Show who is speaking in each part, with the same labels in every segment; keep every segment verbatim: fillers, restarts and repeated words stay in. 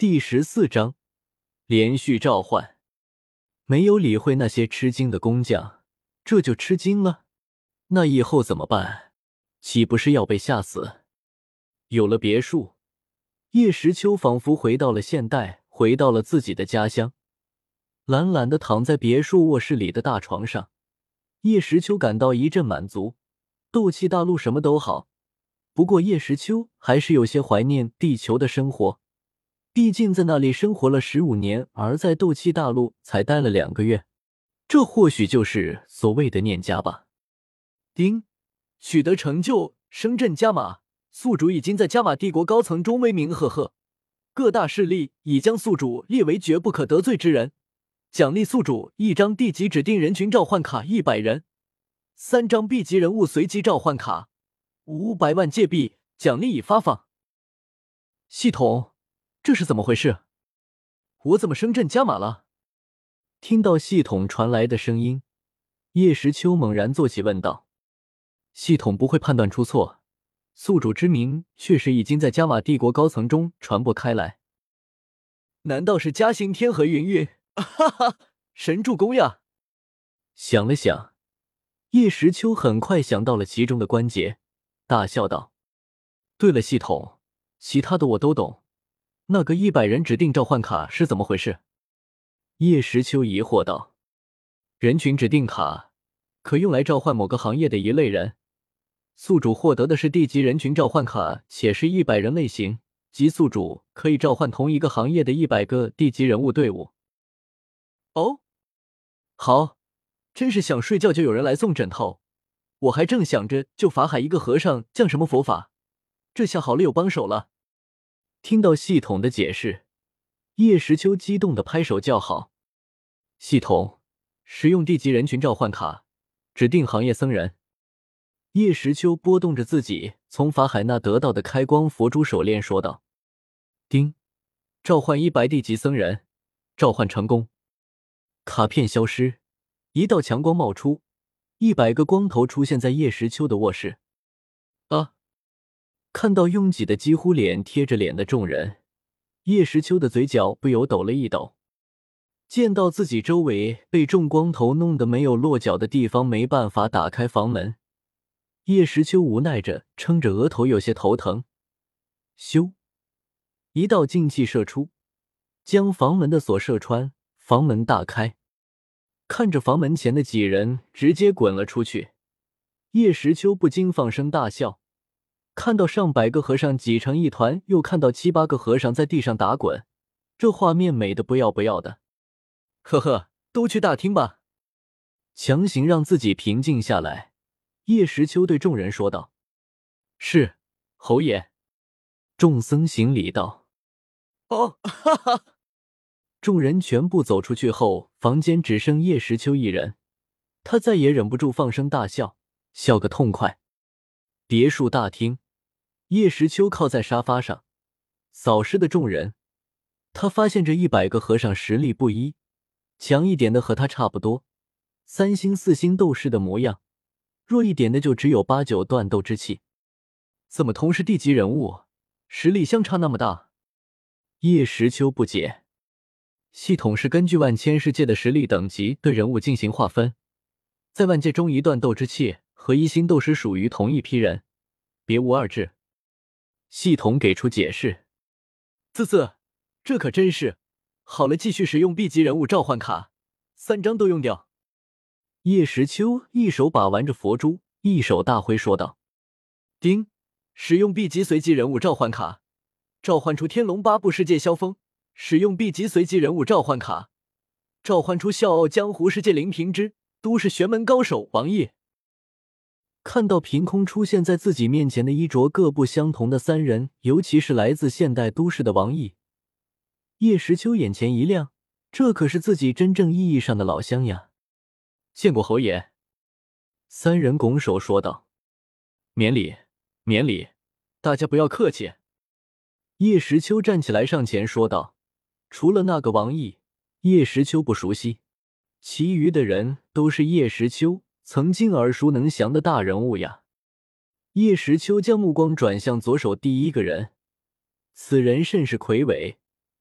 Speaker 1: 第十四章连续召唤。没有理会那些吃惊的工匠，这就吃惊了，那以后怎么办？岂不是要被吓死？有了别墅，叶时秋仿佛回到了现代，回到了自己的家乡。懒懒地躺在别墅卧室里的大床上，叶时秋感到一阵满足。斗气大陆什么都好，不过叶时秋还是有些怀念地球的生活。毕竟在那里生活了十五年，而在斗气大陆才待了两个月，这或许就是所谓的念家吧。丁，取得成就，升镇加玛，宿主已经在加玛帝国高层中威名赫赫，各大势力已将宿主列为绝不可得罪之人。奖励宿主一张地级指定人群召唤卡一百人，三张 B 级人物随机召唤卡，五百万界币，奖励已发放。系统，这是怎么回事？我怎么升镇加码了？听到系统传来的声音，叶时秋猛然坐起问道。系统不会判断出错，宿主之名确实已经在加玛帝国高层中传播开来。难道是嘉兴天河云云？哈哈，神助攻呀！想了想，叶时秋很快想到了其中的关节，大笑道：对了，系统，其他的我都懂，那个一百人指定召唤卡是怎么回事？叶时秋疑惑道：人群指定卡可用来召唤某个行业的一类人，宿主获得的是地级人群召唤卡，且是一百人类型，即宿主可以召唤同一个行业的一百个地级人物队伍。哦，好，真是想睡觉就有人来送枕头，我还正想着救法海一个和尚降什么佛法，这下好了，有帮手了。听到系统的解释，叶时秋激动地拍手叫好。系统，使用地级人群召唤卡，指定行业僧人。叶时秋拨动着自己从法海那得到的开光佛珠手链说道。叮，召唤一百地级僧人，召唤成功。卡片消失，一道强光冒出，一百个光头出现在叶时秋的卧室。啊！看到拥挤的几乎脸贴着脸的众人，叶时秋的嘴角不由抖了一抖。见到自己周围被众光头弄得没有落脚的地方，没办法打开房门，叶时秋无奈着撑着额头有些头疼。咻！一道劲气射出，将房门的锁射穿，房门大开。看着房门前的几人直接滚了出去，叶时秋不禁放声大笑。看到上百个和尚挤成一团，又看到七八个和尚在地上打滚，这画面美得不要不要的。呵呵，都去大厅吧。强行让自己平静下来，叶时秋对众人说道。是，侯爷。众僧行礼道。哦，哈哈。众人全部走出去后，房间只剩叶时秋一人，他再也忍不住放声大笑，笑个痛快。别墅大厅，叶时秋靠在沙发上，扫视的众人。他发现这一百个和尚实力不一，强一点的和他差不多，三星四星斗士的模样，弱一点的就只有八九段斗之气。怎么同是地级人物，实力相差那么大？叶时秋不解。系统是根据万千世界的实力等级对人物进行划分，在万界中一段斗之气和一星斗师属于同一批人，别无二致。系统给出解释。啧啧，这可真是，好了，继续使用 B 级人物召唤卡，三张都用掉。叶时秋一手把玩着佛珠，一手大挥说道。叮，使用 B 级随机人物召唤卡，召唤出天龙八部世界萧峰。使用 B 级随机人物召唤卡，召唤出笑傲江湖世界林平之，都市玄门高手王毅。看到凭空出现在自己面前的衣着各不相同的三人，尤其是来自现代都市的王毅，叶时秋眼前一亮，这可是自己真正意义上的老乡呀。见过侯爷。三人拱手说道。免礼，免礼，大家不要客气。叶时秋站起来上前说道。除了那个王毅，叶时秋不熟悉，其余的人都是叶时秋曾经耳熟能详的大人物呀。叶时秋将目光转向左手第一个人，此人甚是魁伟，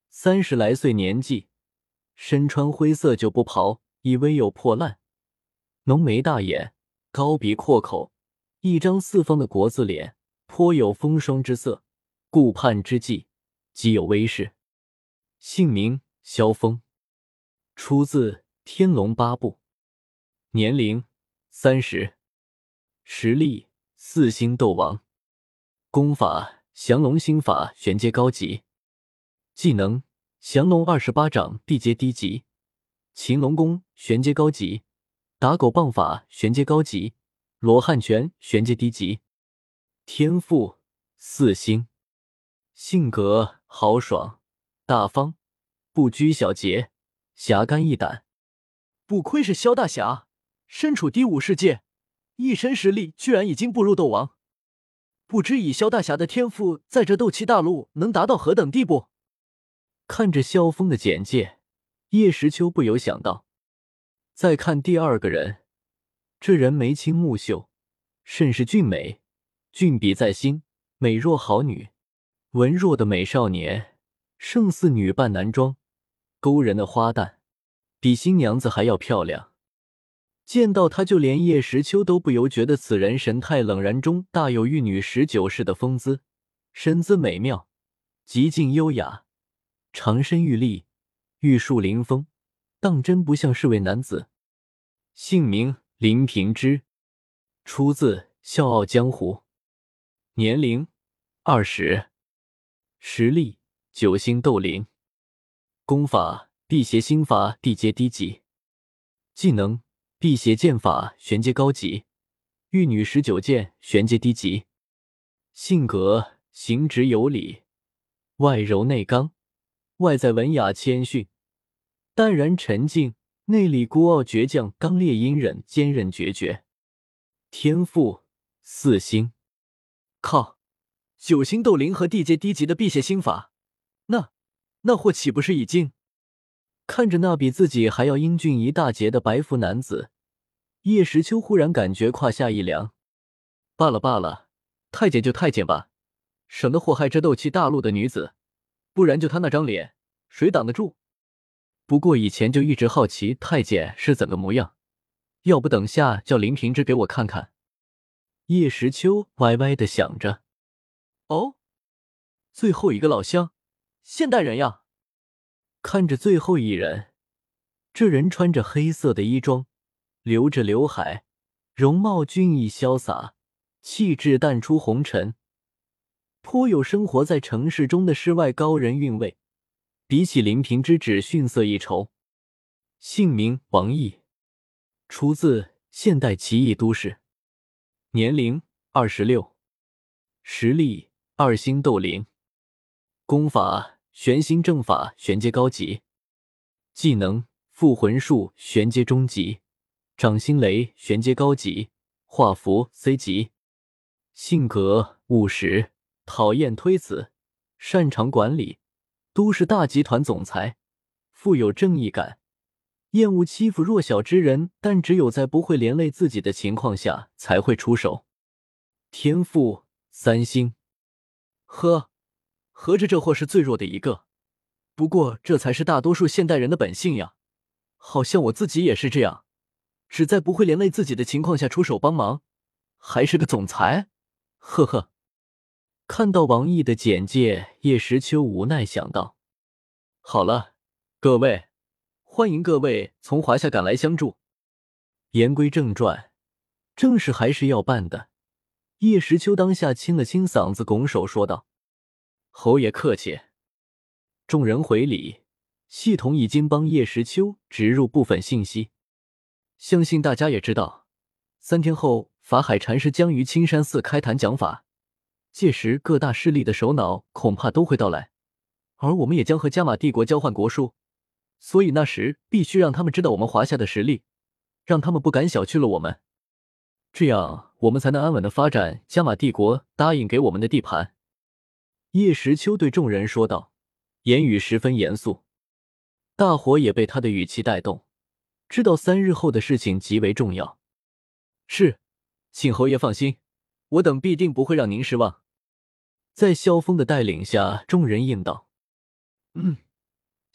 Speaker 1: 三十来岁年纪，身穿灰色旧布袍，已微有破烂，浓眉大眼，高鼻阔口，一张四方的国字脸，颇有风霜之色，顾盼之际，极有威势。姓名萧峰，出自《天龙八部》，年龄三十，实力四星斗王，功法降龙心法玄阶高级，技能降龙二十八掌地阶低级，擒龙功玄阶高级，打狗棒法玄阶高级，罗汉拳玄阶低级。天赋四星，性格豪爽大方，不拘小节，侠肝义胆。不愧是萧大侠，身处第五世界，一身实力居然已经步入斗王。不知以萧大侠的天赋，在这斗气大陆能达到何等地步？看着萧峰的简介，叶时秋不由想到。再看第二个人，这人眉清目秀，甚是俊美，俊笔在心，美若好女，文弱的美少年，胜似女扮男装，勾人的花旦，比新娘子还要漂亮。见到他，就连叶时秋都不由觉得此人神态冷然中大有玉女十九世的风姿，身姿美妙，极尽优雅，长身玉立，玉树临风，当真不像是位男子。姓名林平之，出自《笑傲江湖》，年龄二十，实力九星斗灵，功法辟邪心法地阶低级，技能辟邪剑法玄阶高级，玉女十九剑玄阶低级。性格行直有礼，外柔内刚，外在文雅谦逊，淡然沉静，内里孤傲倔强，刚烈隐忍，坚韧决绝。天赋四星，靠，九星斗灵和地阶低级的辟邪心法，那那货岂不是已经？看着那比自己还要英俊一大截的白肤男子，叶时秋忽然感觉胯下一凉。罢了罢了，太监就太监吧，省得祸害这斗气大陆的女子，不然就他那张脸，谁挡得住？不过以前就一直好奇太监是怎个模样，要不等下叫林平之给我看看。叶时秋歪歪地想着。哦，最后一个老乡，现代人呀。看着最后一人，这人穿着黑色的衣装，留着刘海，容貌俊逸潇洒，气质淡出红尘，颇有生活在城市中的世外高人韵味，比起林平之只逊色一筹。姓名王毅，出自《现代奇异都市》，年龄二十六，实力二星斗灵，功法玄心正法玄阶高级，技能复魂术玄阶中级，掌心雷玄阶高级，画符 C 级。性格务实，讨厌推辞，擅长管理，都市大集团总裁，富有正义感，厌恶欺负弱小之人，但只有在不会连累自己的情况下才会出手。天赋三星。呵，合着这货是最弱的一个，不过这才是大多数现代人的本性呀，好像我自己也是这样，只在不会连累自己的情况下出手帮忙，还是个总裁，呵呵。看到王毅的简介，叶时秋无奈想到，好了，各位，欢迎各位从华夏赶来相助。言归正传，正事还是要办的。叶时秋当下清了清嗓子，拱手说道：侯爷客气。众人回礼，系统已经帮叶时秋植入部分信息。相信大家也知道，三天后法海禅师将于青山寺开坛讲法，届时各大势力的首脑恐怕都会到来，而我们也将和加玛帝国交换国书，所以那时必须让他们知道我们华夏的实力，让他们不敢小觑了我们，这样我们才能安稳地发展加玛帝国答应给我们的地盘。叶时秋对众人说道，言语十分严肃。大伙也被他的语气带动，知道三日后的事情极为重要。是，请侯爷放心，我等必定不会让您失望。在萧峰的带领下，众人应道：嗯，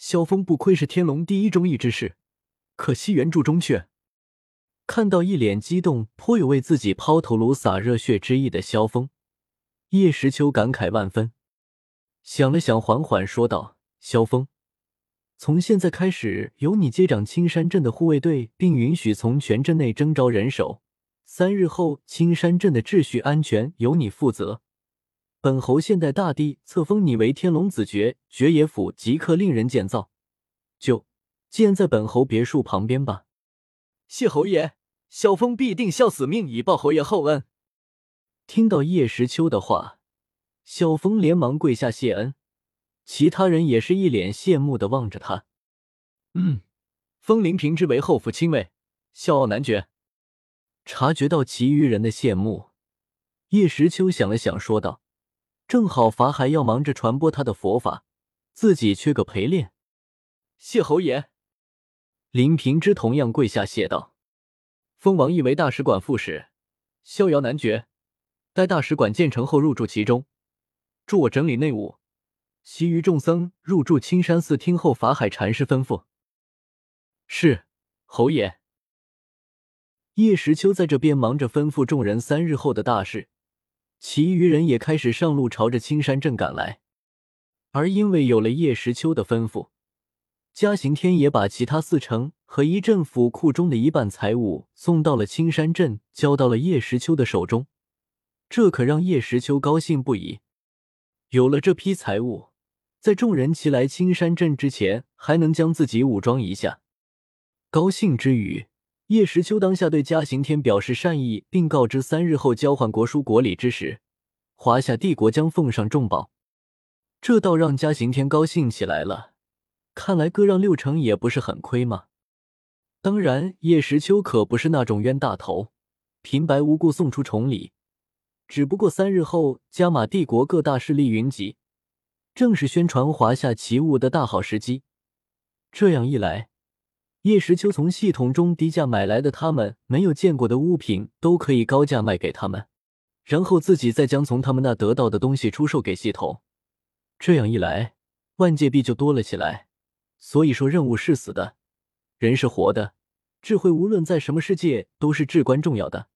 Speaker 1: 萧峰不愧是天龙第一忠义之士，可惜援助中却……看到一脸激动、颇有为自己抛头颅洒热血之意的萧峰，叶时秋感慨万分，想了想，缓缓说道：“萧峰，从现在开始，由你接掌青山镇的护卫队，并允许从全镇内征召人手。三日后，青山镇的秩序安全由你负责。本侯现代大帝册封你为天龙子爵，爵爷府即刻令人建造，就建在本侯别墅旁边吧。”谢侯爷，萧峰必定效死命以报侯爷厚恩。听到叶时秋的话，萧峰连忙跪下谢恩，其他人也是一脸羡慕地望着他。嗯，封林平之为后府亲卫，笑傲男爵。察觉到其余人的羡慕，叶时秋想了想说道：“正好法海要忙着传播他的佛法，自己缺个陪练。”谢侯爷。林平之同样跪下谢道：“封王义为大使馆副使，逍遥男爵，待大使馆建成后入住其中，助我整理内务。其余众僧入住青山寺听候法海禅师吩咐。”是，侯爷。叶时秋在这边忙着吩咐众人三日后的大事，其余人也开始上路朝着青山镇赶来。而因为有了叶时秋的吩咐，嘉行天也把其他四城和一镇府库中的一半财物送到了青山镇，交到了叶时秋的手中。这可让叶时秋高兴不已。有了这批财物，在众人齐来青山镇之前，还能将自己武装一下。高兴之余，叶时秋当下对嘉行天表示善意，并告知三日后交换国书国礼之时，华夏帝国将奉上重宝。这倒让嘉行天高兴起来了。看来割让六成也不是很亏嘛。当然，叶时秋可不是那种冤大头，平白无故送出重礼。只不过三日后，加玛帝国各大势力云集，正是宣传华夏奇物的大好时机。这样一来，叶时秋从系统中低价买来的他们没有见过的物品，都可以高价卖给他们，然后自己再将从他们那得到的东西出售给系统。这样一来，万界币就多了起来。所以说，任务是死的，人是活的，智慧无论在什么世界都是至关重要的。